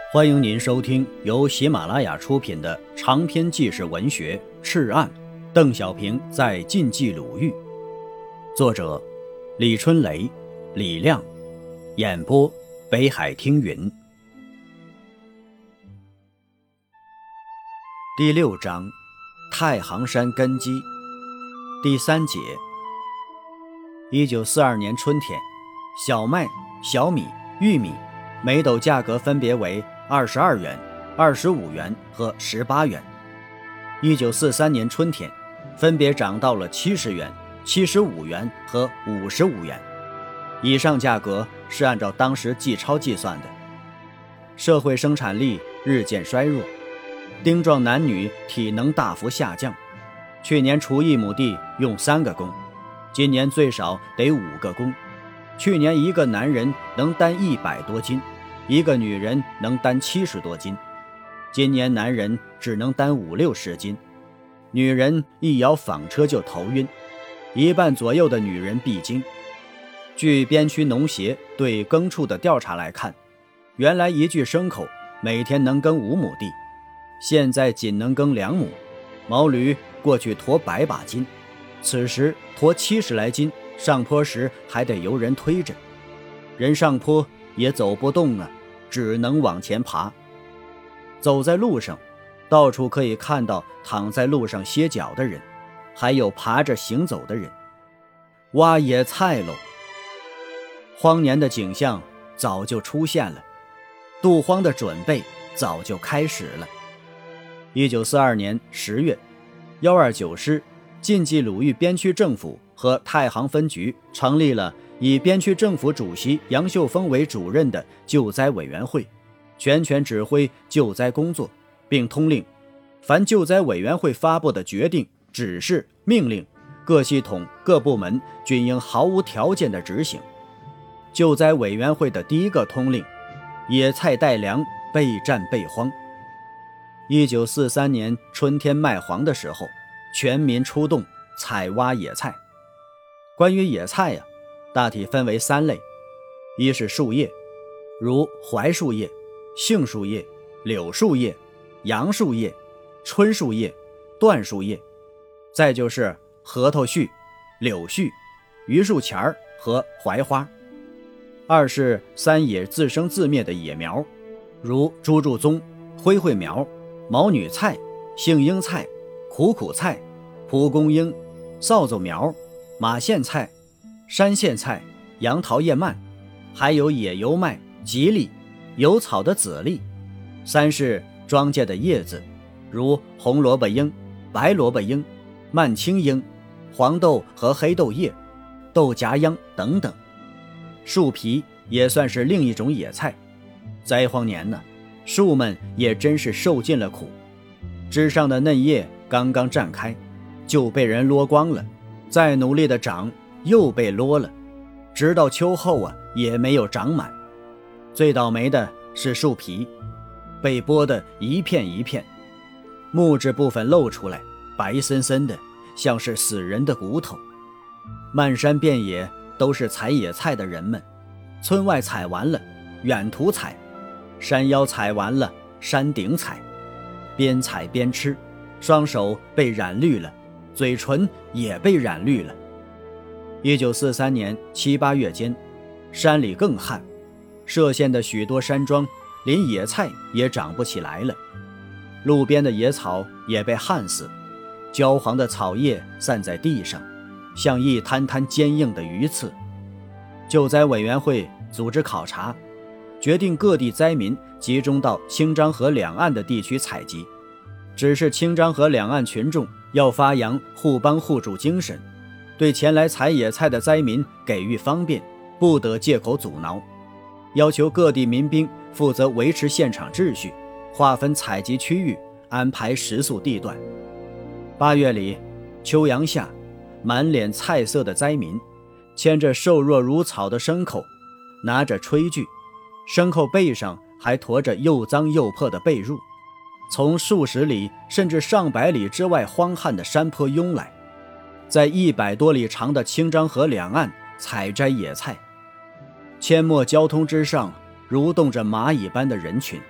欢迎您收听由喜马拉雅出品的长篇纪实文学《赤案》，邓小平在晋冀鲁豫，作者李春雷、李亮，演播北海听云。第6章，太行山根基。第3节。1942年春天，小麦、小米、玉米每斗价格分别为22元、25元和18元。1943年春天，分别涨到了70元、75元和55元。以上价格是按照当时季钞计算的。社会生产力日渐衰弱，丁壮男女体能大幅下降。去年锄1亩地用3个工，今年最少得5个工。去年一个男人能担100多斤，一个女人能担70多斤，今年男人只能担50-60斤，女人一摇纺车就头晕，1半左右的女人闭经。据边区农协对耕畜的调查来看，原来一具牲口每天能耕5亩地，现在仅能耕2亩。毛驴过去驮100把斤，此时驮70来斤，上坡时还得由人推着，人上坡也走不动啊，只能往前爬。走在路上，到处可以看到躺在路上歇脚的人，还有爬着行走的人。挖野菜喽！荒年的景象早就出现了，渡荒的准备早就开始了。1942年10月，129师、晋冀鲁豫边区政府和太行分局成立了以边区政府主席杨秀峰为主任的救灾委员会，全权指挥救灾工作，并通令凡救灾委员会发布的决定、指示、命令，各系统各部门均应毫无条件的执行。救灾委员会的第1个通令：野菜带粮，备战备荒。1943年春天麦黄的时候，全民出动采挖野菜。关于野菜呀，大体分为3类：一是树叶，如槐树叶、杏树叶、柳树叶、杨树叶、春树叶、椴树叶；再就是核桃絮、柳絮、榆树钱和槐花。二是3野自生自灭的野苗，如猪柱棕、灰灰苗、毛女菜、杏英菜、苦苦菜、蒲公英、扫帚苗、马苋菜、山苋菜、杨桃叶蔓，还有野油麦、吉利、有草的籽粒。3是庄稼的叶子，如红萝卜缨、白萝卜缨、蔓青缨、黄豆和黑豆叶、豆荚秧等等。树皮也算是另一种野菜。灾荒年呢，树们也真是受尽了苦，枝上的嫩叶刚刚绽开，就被人撸光了，再努力的长又被撸了，直到秋后啊也没有长满。最倒霉的是树皮，被剥得一片一片，木质部分露出来，白森森的，像是死人的骨头。漫山遍野都是采野菜的人们，村外采完了，远途采，山腰采完了，山顶采，边采边吃，双手被染绿了，嘴唇也被染绿了。1943年7、8月间，山里更旱，歙县的许多山庄连野菜也长不起来了，路边的野草也被旱死，焦黄的草叶散在地上，像一滩滩坚硬的鱼刺。救灾委员会组织考察，决定各地灾民集中到清漳河两岸的地区采集，只是清漳河两岸群众要发扬互帮互助精神，对前来采野菜的灾民给予方便，不得借口阻挠，要求各地民兵负责维持现场秩序，划分采集区域，安排食宿地段。8月里，秋阳下，满脸菜色的灾民牵着瘦弱如草的牲口，拿着炊具，牲口背上还驮着又脏又破的被褥，从数十里甚至上百里之外荒旱的山坡涌来，在100多里长的清漳河两岸采摘野菜。阡陌交通之上蠕动着蚂蚁般的人群，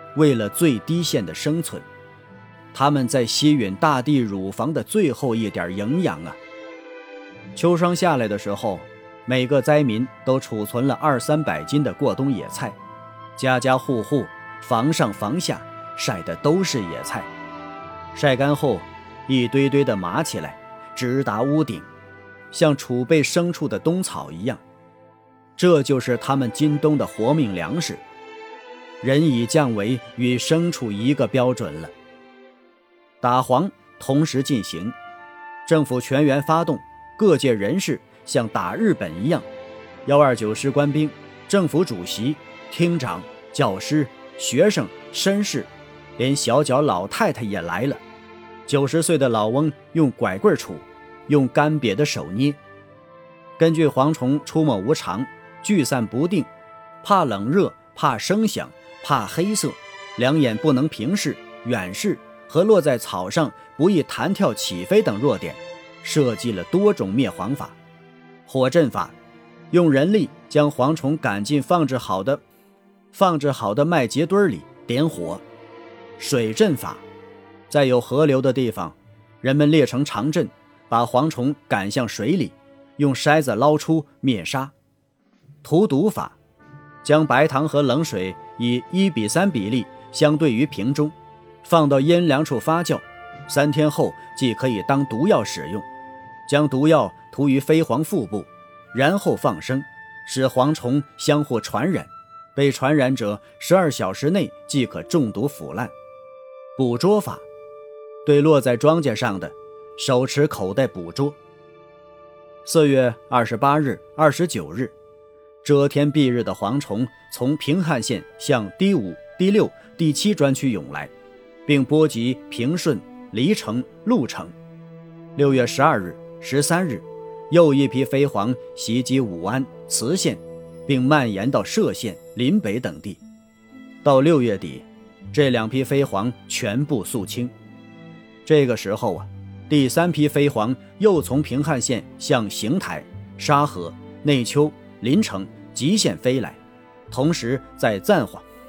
为了最低限的生存，他们在吸吮大地乳房的最后一点营养啊。秋霜下来的时候，每个灾民都储存了200-300斤的过冬野菜，家家户户房上房下晒的都是野菜，晒干后一堆堆的码起来，直达屋顶，像储备牲畜的冬草一样。这就是他们今冬的活命粮食，人已降为与牲畜一个标准了。打黄同时进行，政府全员发动，各界人士像打日本一样，129师官兵、政府主席、厅长、教师、学生、绅士，连小脚老太太也来了。90岁的老翁用拐棍杵，用干瘪的手捏。根据蝗虫出没无常，聚散不定，怕冷热，怕声响，怕黑色，两眼不能平视、远视和落在草上不易弹跳起飞等弱点，设计了多种灭蝗法。火阵法，用人力将蝗虫赶进放置好的麦秸堆里点火。水阵法，在有河流的地方，人们列成长阵，把蝗虫赶向水里，用筛子捞出灭杀。荼毒法，将白糖和冷水以1:3比例相对于瓶中，放到阴凉处发酵，3天后即可以当毒药使用。将毒药涂于飞蝗腹部，然后放生，使蝗虫相互传染，被传染者12小时内即可中毒腐烂。捕捉法，对落在庄稼上的，手持口袋捕捉。4月28日、29日，遮天蔽日的蝗虫从平汉县向第5、第6、第7专区涌来，并波及平顺、黎城、鹿城。6月12日、13日，又一批飞蝗袭击武安、磁县，并蔓延到歙县、临北等地。到6月底，这2批飞蝗全部肃清。这个时候第3批飞蝗又从平汉县向邢台、沙河、内丘、临城、吉县飞来，同时在赞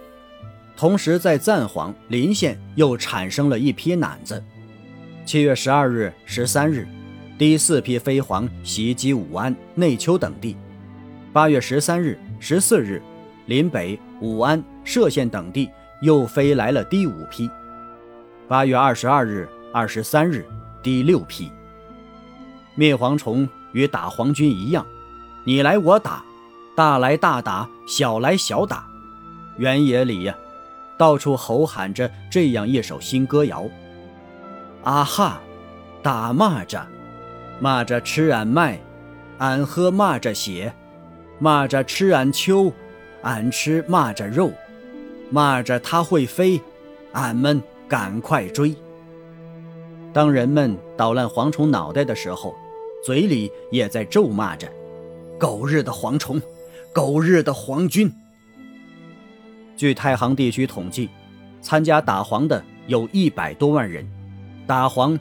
煌、临县又产生了一批赧子。7月12日、13日，第4批飞蝗袭击武安、内丘等地。8月13日、14日，临北、武安、歙县等地又飞来了第5批。8月22日、23日，第6批。灭蝗虫与打黄军一样，你来我打，大来大打，小来小打。原野里到处吼喊着这样一首新歌谣：啊哈，打蚂蚱，蚂蚱吃俺麦，俺喝蚂蚱血，蚂蚱吃俺秋，俺吃蚂蚱肉，蚂蚱它会飞，俺们赶快追。当人们捣烂蝗虫脑袋的时候，嘴里也在咒骂着：狗日的蝗虫，狗日的蝗军。据太行地区统计，参加打蝗的有100多万人，打蝗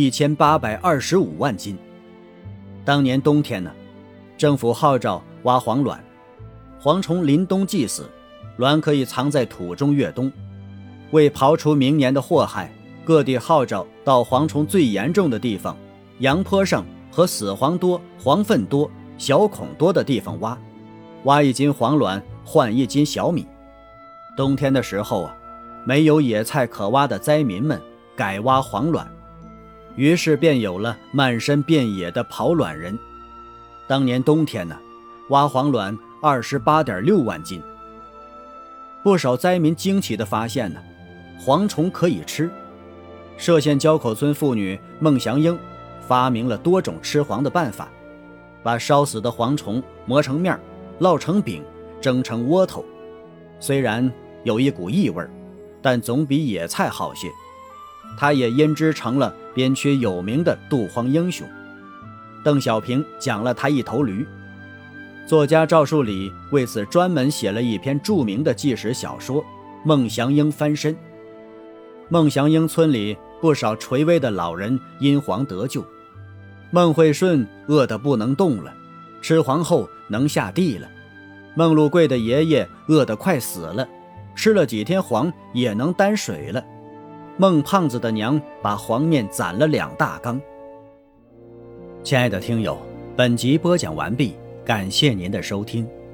1825万斤。当年冬天政府号召挖黄卵，蝗虫临冬既死，卵可以藏在土中越冬。为刨除明年的祸害，各地号召到蝗虫最严重的地方，阳坡上和死蝗多、蝗粪多、小孔多的地方挖1斤黄卵换1斤小米。冬天的时候没有野菜可挖的灾民们改挖黄卵，于是便有了满身遍野的刨卵人。当年冬天挖黄卵28.6万斤。不少灾民惊奇地发现蝗虫可以吃。歙县交口村妇女孟祥英发明了多种吃蝗的办法，把烧死的蝗虫磨成面，烙成饼，蒸成窝头。虽然有一股异味，但总比野菜好些。他也因之成了边区有名的渡荒英雄。邓小平奖了他1头驴。作家赵树理为此专门写了一篇著名的纪实小说《孟祥英翻身》。孟祥英村里不少垂危的老人因蝗得救。孟惠顺饿得不能动了，吃蝗后能下地了。孟禄贵的爷爷饿得快死了， 吃了几天黄也能担水了。孟胖子的娘把黄面攒了2大缸。亲爱的听友，本集播讲完毕，感谢您的收听。